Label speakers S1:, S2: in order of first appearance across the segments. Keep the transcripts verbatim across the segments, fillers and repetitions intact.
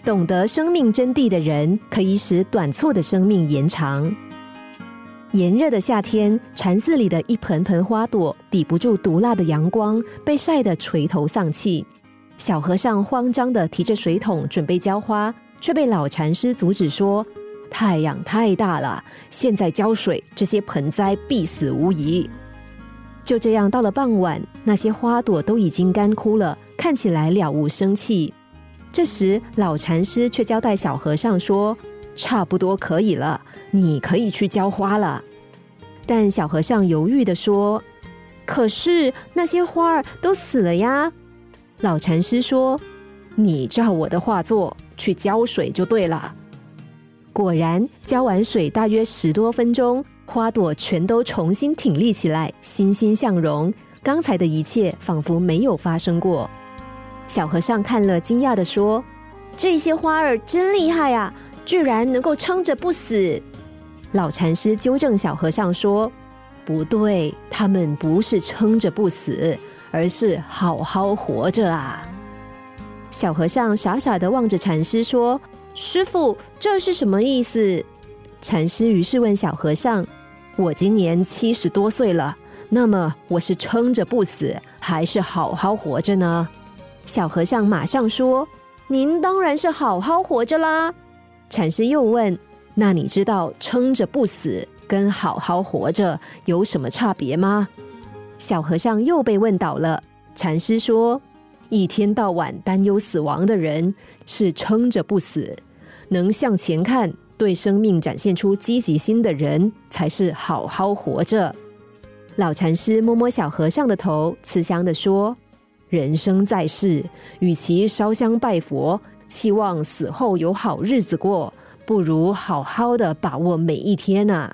S1: 懂得生命真谛的人，可以使短促的生命延长。炎热的夏天，禅寺里的一盆盆花朵抵不住毒辣的阳光，被晒得垂头丧气。小和尚慌张地提着水桶准备浇花，却被老禅师阻止说：太阳太大了，现在浇水，这些盆栽必死无疑。就这样，到了傍晚，那些花朵都已经干枯了，看起来了无生气。这时老禅师却交代小和尚说：差不多可以了，你可以去浇花了。但小和尚犹豫地说：可是那些花儿都死了呀。老禅师说：你照我的话做，去浇水就对了。果然，浇完水大约十多分钟，花朵全都重新挺立起来，欣欣向荣，刚才的一切仿佛没有发生过。小和尚看了惊讶地说：这些花儿真厉害啊，居然能够撑着不死。老禅师纠正小和尚说：不对，他们不是撑着不死，而是好好活着啊。小和尚傻傻地望着禅师说：师父，这是什么意思？禅师于是问小和尚：我今年七十多岁了，那么我是撑着不死，还是好好活着呢？小和尚马上说：您当然是好好活着啦。禅师又问：那你知道撑着不死跟好好活着有什么差别吗？小和尚又被问倒了。禅师说：一天到晚担忧死亡的人是撑着不死，能向前看，对生命展现出积极心的人才是好好活着。老禅师摸摸小和尚的头，慈祥地说：人生在世，与其烧香拜佛，期望死后有好日子过，不如好好的把握每一天啊。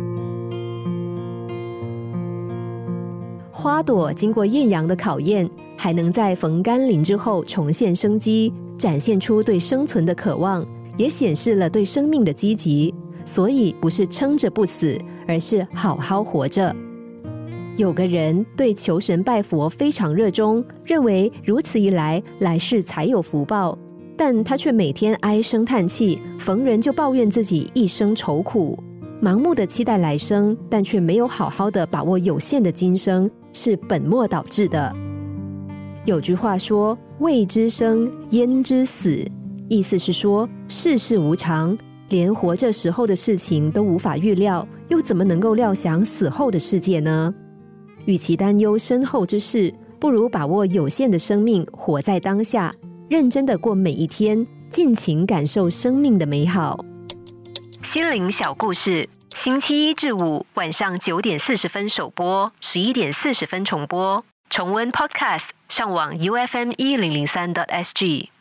S1: 花朵经过艳阳的考验，还能在逢甘霖之后重现生机，展现出对生存的渴望，也显示了对生命的积极。所以不是撑着不死，而是好好活着。有个人对求神拜佛非常热衷，认为如此一来，来世才有福报，但他却每天唉声叹气，逢人就抱怨自己一生愁苦，盲目的期待来生，但却没有好好的把握有限的今生，是本末倒置的。有句话说：未知生，焉知死？意思是说，世事无常，连活着时候的事情都无法预料，又怎么能够料想死后的世界呢？与其担忧身后之事，不如把握有限的生命，活在当下，认真的过每一天，尽情感受生命的美好。心灵小故事，星期一至五晚上九点四十分首播，十一点四十分重播。重温 Podcast， 上网 U F M 一零零三 点 S G。